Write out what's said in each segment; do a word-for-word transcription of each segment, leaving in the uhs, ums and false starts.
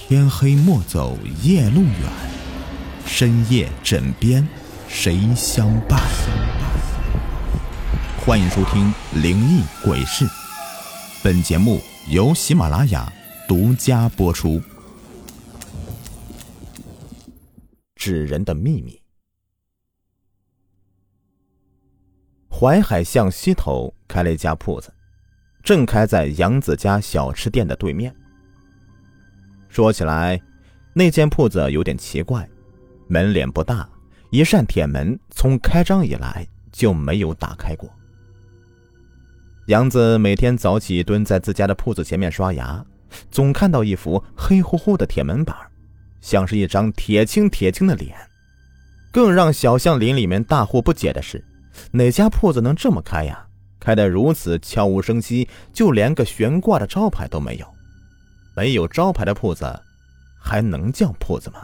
天黑莫走夜路远，深夜枕边谁相伴？欢迎收听灵异鬼事，本节目由喜马拉雅独家播出。纸人的秘密。淮海巷西头开了一家铺子，正开在杨子家小吃店的对面。说起来，那间铺子有点奇怪，门脸不大，一扇铁门从开张以来就没有打开过。杨子每天早起蹲在自家的铺子前面刷牙，总看到一副黑乎乎的铁门板，像是一张铁青铁青的脸。更让小巷邻里面大户不解的是，哪家铺子能这么开呀？开得如此悄无声息，就连个悬挂的招牌都没有。没有招牌的铺子还能叫铺子吗？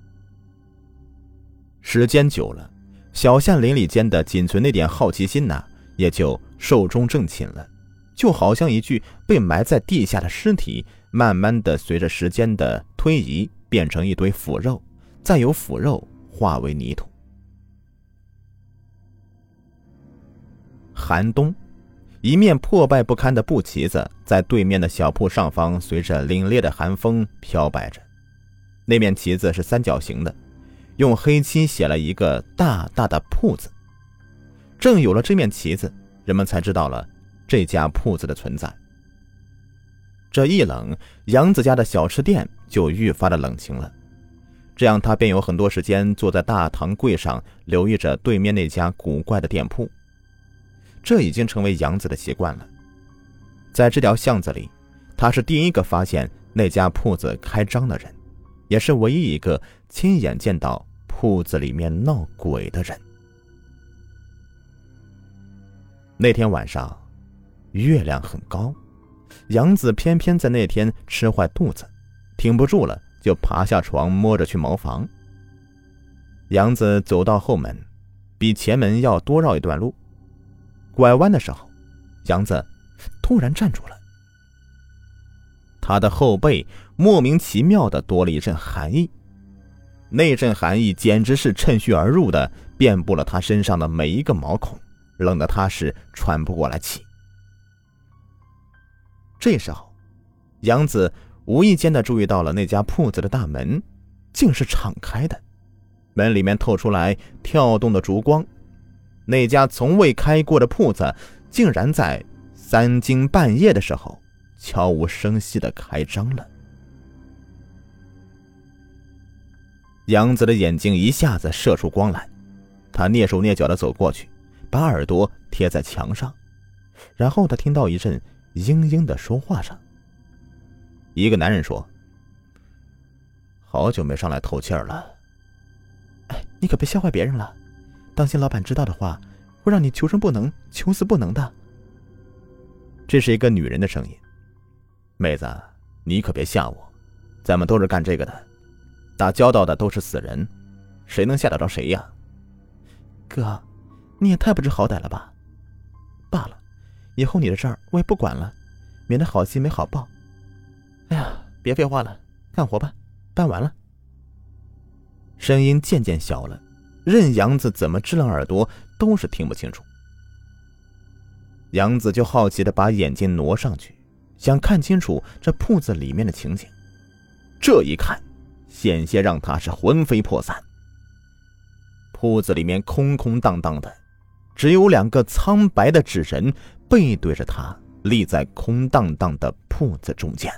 时间久了，小巷邻里间的仅存那点好奇心呢，也就寿终正寝了，就好像一具被埋在地下的尸体，慢慢的随着时间的推移变成一堆腐肉，再由腐肉化为泥土。寒冬，一面破败不堪的布旗子在对面的小铺上方随着凛冽的寒风飘摆着。那面旗子是三角形的，用黑漆写了一个大大的铺子。正有了这面旗子，人们才知道了这家铺子的存在。这一冷，杨子家的小吃店就愈发的冷清了，这样他便有很多时间坐在大堂柜上留意着对面那家古怪的店铺。这已经成为杨子的习惯了。在这条巷子里，他是第一个发现那家铺子开张的人，也是唯一一个亲眼见到铺子里面闹鬼的人。那天晚上，月亮很高，杨子偏偏在那天吃坏肚子，挺不住了，就爬下床摸着去茅房。杨子走到后门，比前门要多绕一段路。拐弯的时候，杨子突然站住了，他的后背莫名其妙地多了一阵寒意，那阵寒意简直是趁虚而入的，遍布了他身上的每一个毛孔，冷得他是喘不过来气。这时候，杨子无意间地注意到了那家铺子的大门竟是敞开的，门里面透出来跳动的烛光。那家从未开过的铺子竟然在三更半夜的时候悄无声息地开张了。杨子的眼睛一下子射出光来，他蹑手蹑脚地走过去，把耳朵贴在墙上，然后他听到一阵嘤嘤的说话声。一个男人说：“好久没上来透气儿了。”“哎，你可别吓坏别人了，当心老板知道的话，会让你求生不能，求死不能的。”这是一个女人的声音。“妹子，你可别吓我，咱们都是干这个的，打交道的都是死人，谁能吓得着谁呀？”“哥，你也太不知好歹了吧。罢了，以后你的事儿我也不管了，免得好心没好报。哎呀，别废话了，干活吧，办完了。”声音渐渐小了，任杨子怎么支棱耳朵都是听不清楚。杨子就好奇地把眼睛挪上去，想看清楚这铺子里面的情景。这一看，险些让他是魂飞魄散。铺子里面空空荡荡的，只有两个苍白的纸人背对着他，立在空荡荡的铺子中间。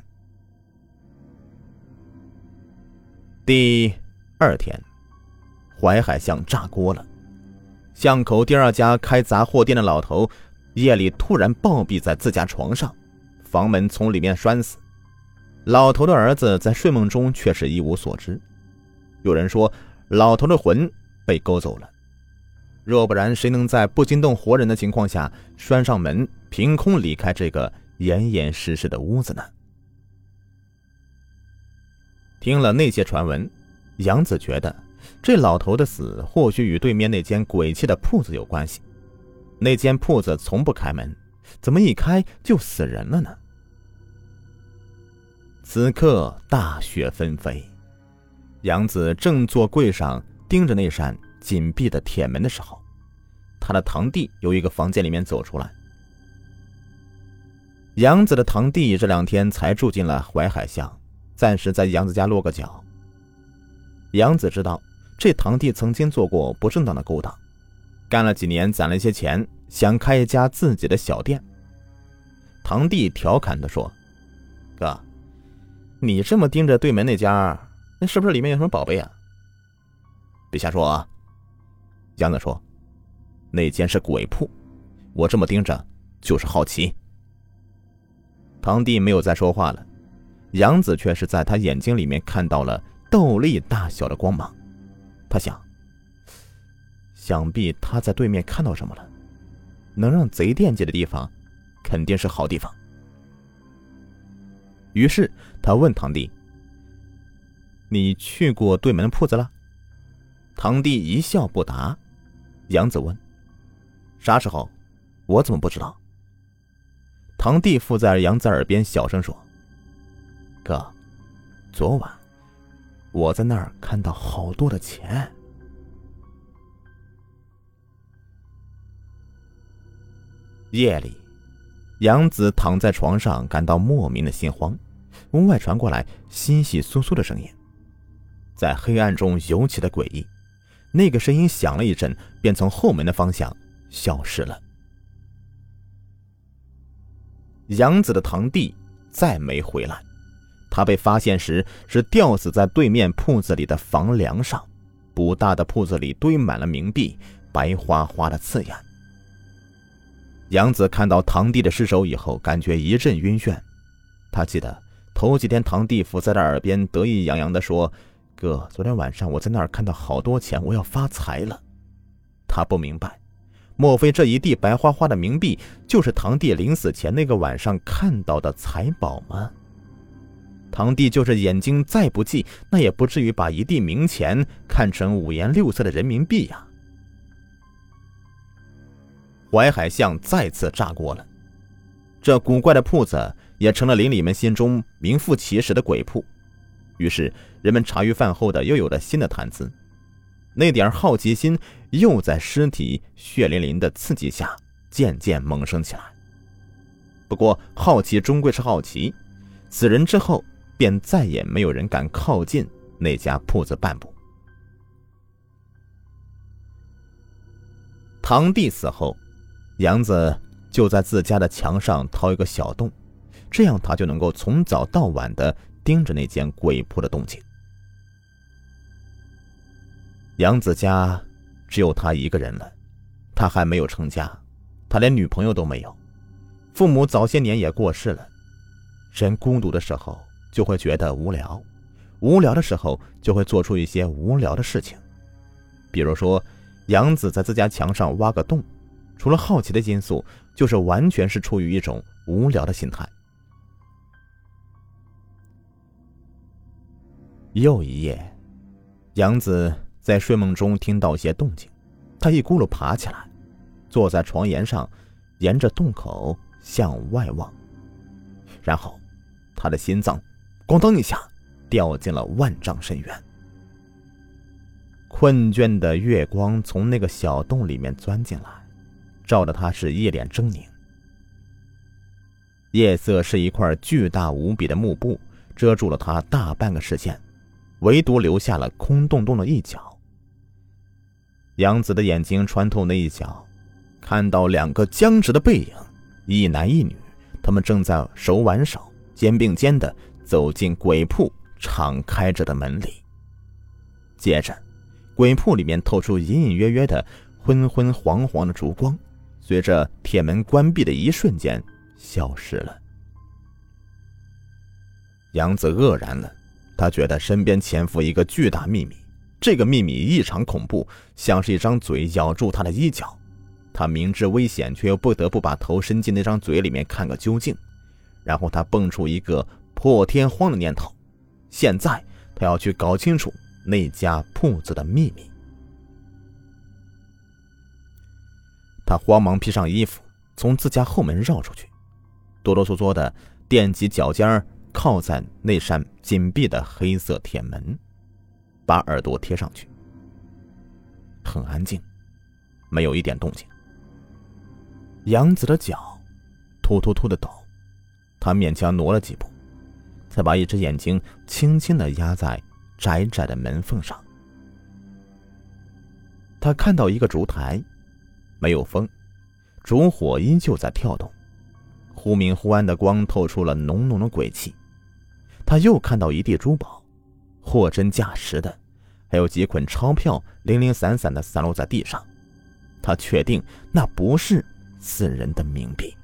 第二天，淮海巷炸锅了。巷口第二家开杂货店的老头夜里突然暴毙在自家床上，房门从里面拴死。老头的儿子在睡梦中却是一无所知。有人说老头的魂被勾走了，若不然谁能在不惊动活人的情况下拴上门，凭空离开这个严严实实的屋子呢？听了那些传闻，杨子觉得这老头的死或许与对面那间鬼气的铺子有关系。那间铺子从不开门，怎么一开就死人了呢？ 此刻大雪纷飞，杨子正坐柜上盯着那扇紧闭的铁门的时候，他的堂弟由一个房间里面走出来。杨子的堂弟这两天才住进了淮海巷，暂时在杨子家落个脚。杨子知道这堂弟曾经做过不正当的勾当，干了几年攒了一些钱，想开一家自己的小店。堂弟调侃地说：哥，你这么盯着对门那家，那是不是里面有什么宝贝啊？别瞎说啊。杨子说：那间是鬼铺，我这么盯着就是好奇。堂弟没有再说话了，杨子却是在他眼睛里面看到了豆粒大小的光芒。他想，想必他在对面看到什么了，能让贼惦记的地方肯定是好地方。于是他问堂弟：你去过对门铺子了？堂弟一笑不答。杨子问：啥时候？我怎么不知道？堂弟附在杨子耳边小声说：哥，昨晚我在那儿看到好多的钱。夜里，杨子躺在床上，感到莫名的心慌。屋外传过来窸窸窣窣的声音，在黑暗中尤其的诡异。那个声音响了一阵，便从后门的方向消失了。杨子的堂弟再没回来，他被发现时是吊死在对面铺子里的房梁上，不大的铺子里堆满了冥币，白花花的刺眼。杨子看到堂弟的尸首以后，感觉一阵晕眩。他记得头几天堂弟伏在他耳边得意洋洋地说：哥，昨天晚上我在那儿看到好多钱，我要发财了。他不明白，莫非这一地白花花的冥币就是堂弟临死前那个晚上看到的财宝吗？堂弟就是眼睛再不济，那也不至于把一地冥钱看成五颜六色的人民币呀。淮海巷再次炸锅了，这古怪的铺子也成了邻里们心中名副其实的鬼铺。于是人们茶余饭后的又有了新的谈资，那点好奇心又在尸体血淋淋的刺激下渐渐萌生起来。不过好奇终归是好奇，死人之后便再也没有人敢靠近那家铺子半步。堂弟死后，杨子就在自家的墙上掏一个小洞，这样他就能够从早到晚的盯着那间鬼铺的动静。杨子家只有他一个人了，他还没有成家，他连女朋友都没有，父母早些年也过世了。人孤独的时候就会觉得无聊，无聊的时候就会做出一些无聊的事情。比如说杨子在自家墙上挖个洞，除了好奇的因素，就是完全是出于一种无聊的心态。又一夜，杨子在睡梦中听到些动静，他一咕噜爬起来，坐在床沿上，沿着洞口向外望，然后他的心脏咣当一下掉进了万丈深渊。困倦的月光从那个小洞里面钻进来，照得他是一脸狰狞。夜色是一块巨大无比的幕布，遮住了他大半个视线，唯独留下了空洞洞的一角。杨子的眼睛穿透那一角，看到两个僵直的背影，一男一女，他们正在手挽手，肩并肩的走进鬼铺敞开着的门里。接着鬼铺里面透出隐隐约约的昏昏黄黄的烛光，随着铁门关闭的一瞬间消失了。杨子愕然了，他觉得身边潜伏一个巨大秘密，这个秘密异常恐怖，像是一张嘴咬住他的衣角。他明知危险，却又不得不把头伸进那张嘴里面看个究竟。然后他蹦出一个破天荒的念头，现在他要去搞清楚那家铺子的秘密。他慌忙披上衣服，从自家后门绕出去，哆哆嗦嗦的踮起脚尖靠在那扇紧闭的黑色铁门，把耳朵贴上去。很安静，没有一点动静。杨子的脚突突突的抖，他勉强挪了几步，才把一只眼睛轻轻地压在窄窄的门缝上。他看到一个烛台，没有风，烛火依旧在跳动，忽明忽暗的光透出了浓浓的鬼气。他又看到一地珠宝，货真价实的，还有几捆钞票零零散散的散落在地上。他确定那不是死人的冥币。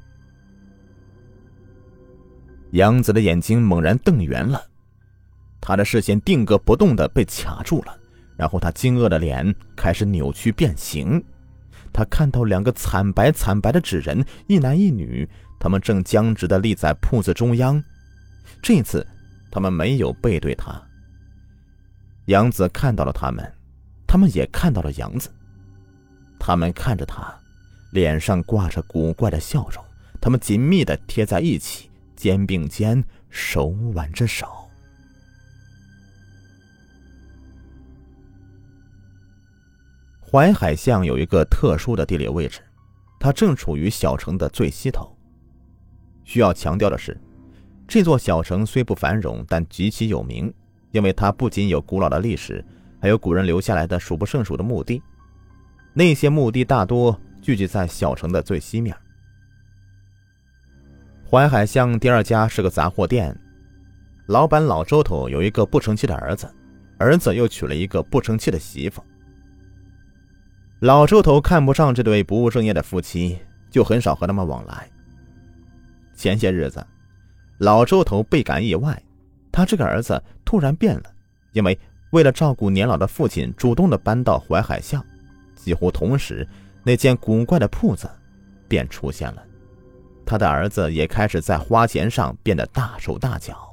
杨子的眼睛猛然瞪圆了，他的视线定格不动的被卡住了，然后他惊愕的脸开始扭曲变形。他看到两个惨白惨白的纸人，一男一女，他们正僵直的立在铺子中央。这次他们没有背对他。杨子看到了他们，他们也看到了杨子。他们看着他，脸上挂着古怪的笑容，他们紧密地贴在一起，肩并肩，手挽着手。淮海巷有一个特殊的地理位置，它正处于小城的最西头。需要强调的是，这座小城虽不繁荣，但极其有名，因为它不仅有古老的历史，还有古人留下来的数不胜数的墓地。那些墓地大多聚集在小城的最西面。淮海巷第二家是个杂货店，老板老周头有一个不成器的儿子，儿子又娶了一个不成器的媳妇。老周头看不上这对不务正业的夫妻，就很少和他们往来。前些日子，老周头倍感意外，他这个儿子突然变了，因为为了照顾年老的父亲，主动地搬到淮海巷。几乎同时，那间古怪的铺子便出现了，他的儿子也开始在花钱上变得大手大脚。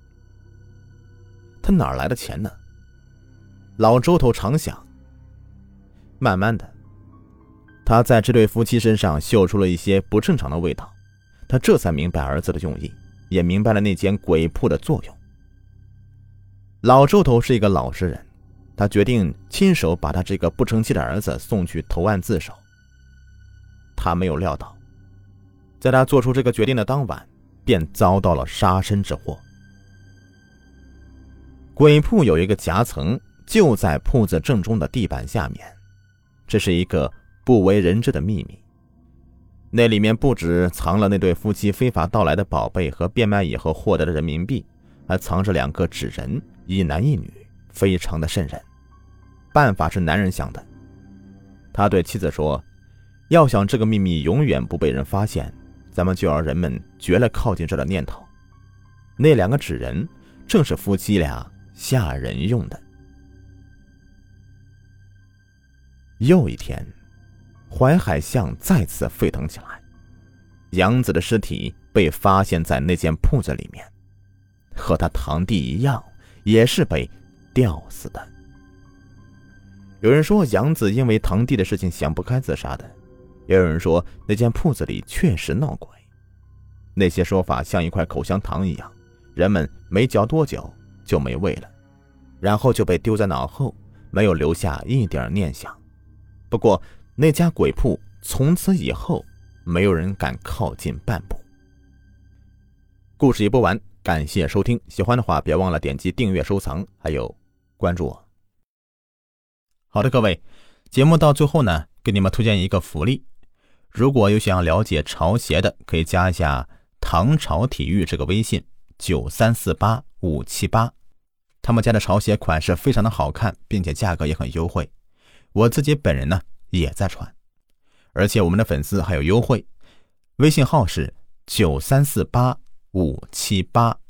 他哪来的钱呢？老周头常想。慢慢的，他在这对夫妻身上嗅出了一些不正常的味道，他这才明白儿子的用意，也明白了那间鬼铺的作用。老周头是一个老实人，他决定亲手把他这个不成器的儿子送去投案自首。他没有料到，在他做出这个决定的当晚，便遭到了杀身之祸。鬼铺有一个夹层，就在铺子正中的地板下面，这是一个不为人知的秘密。那里面不只藏了那对夫妻非法盗来的宝贝和变卖以后获得的人民币，还藏着两个纸人，一男一女，非常的瘆人。办法是男人想的，他对妻子说，要想这个秘密永远不被人发现，咱们就让人们绝了靠近这的念头。那两个纸人正是夫妻俩吓人用的。又一天，淮海巷再次沸腾起来，杨子的尸体被发现在那间铺子里面，和他堂弟一样，也是被吊死的。有人说杨子因为堂弟的事情想不开自杀的，也有人说那间铺子里确实闹鬼。那些说法像一块口香糖一样，人们没嚼多久就没味了，然后就被丢在脑后，没有留下一点念想。不过那家鬼铺从此以后没有人敢靠近半步。故事已播完，感谢收听，喜欢的话别忘了点击订阅收藏还有关注我。好的各位，节目到最后呢，给你们推荐一个福利，如果有想要了解潮鞋的，可以加一下唐朝体育这个微信九三四八五七八，他们家的潮鞋款式非常的好看，并且价格也很优惠，我自己本人呢也在穿，而且我们的粉丝还有优惠，微信号是九三四八五七八。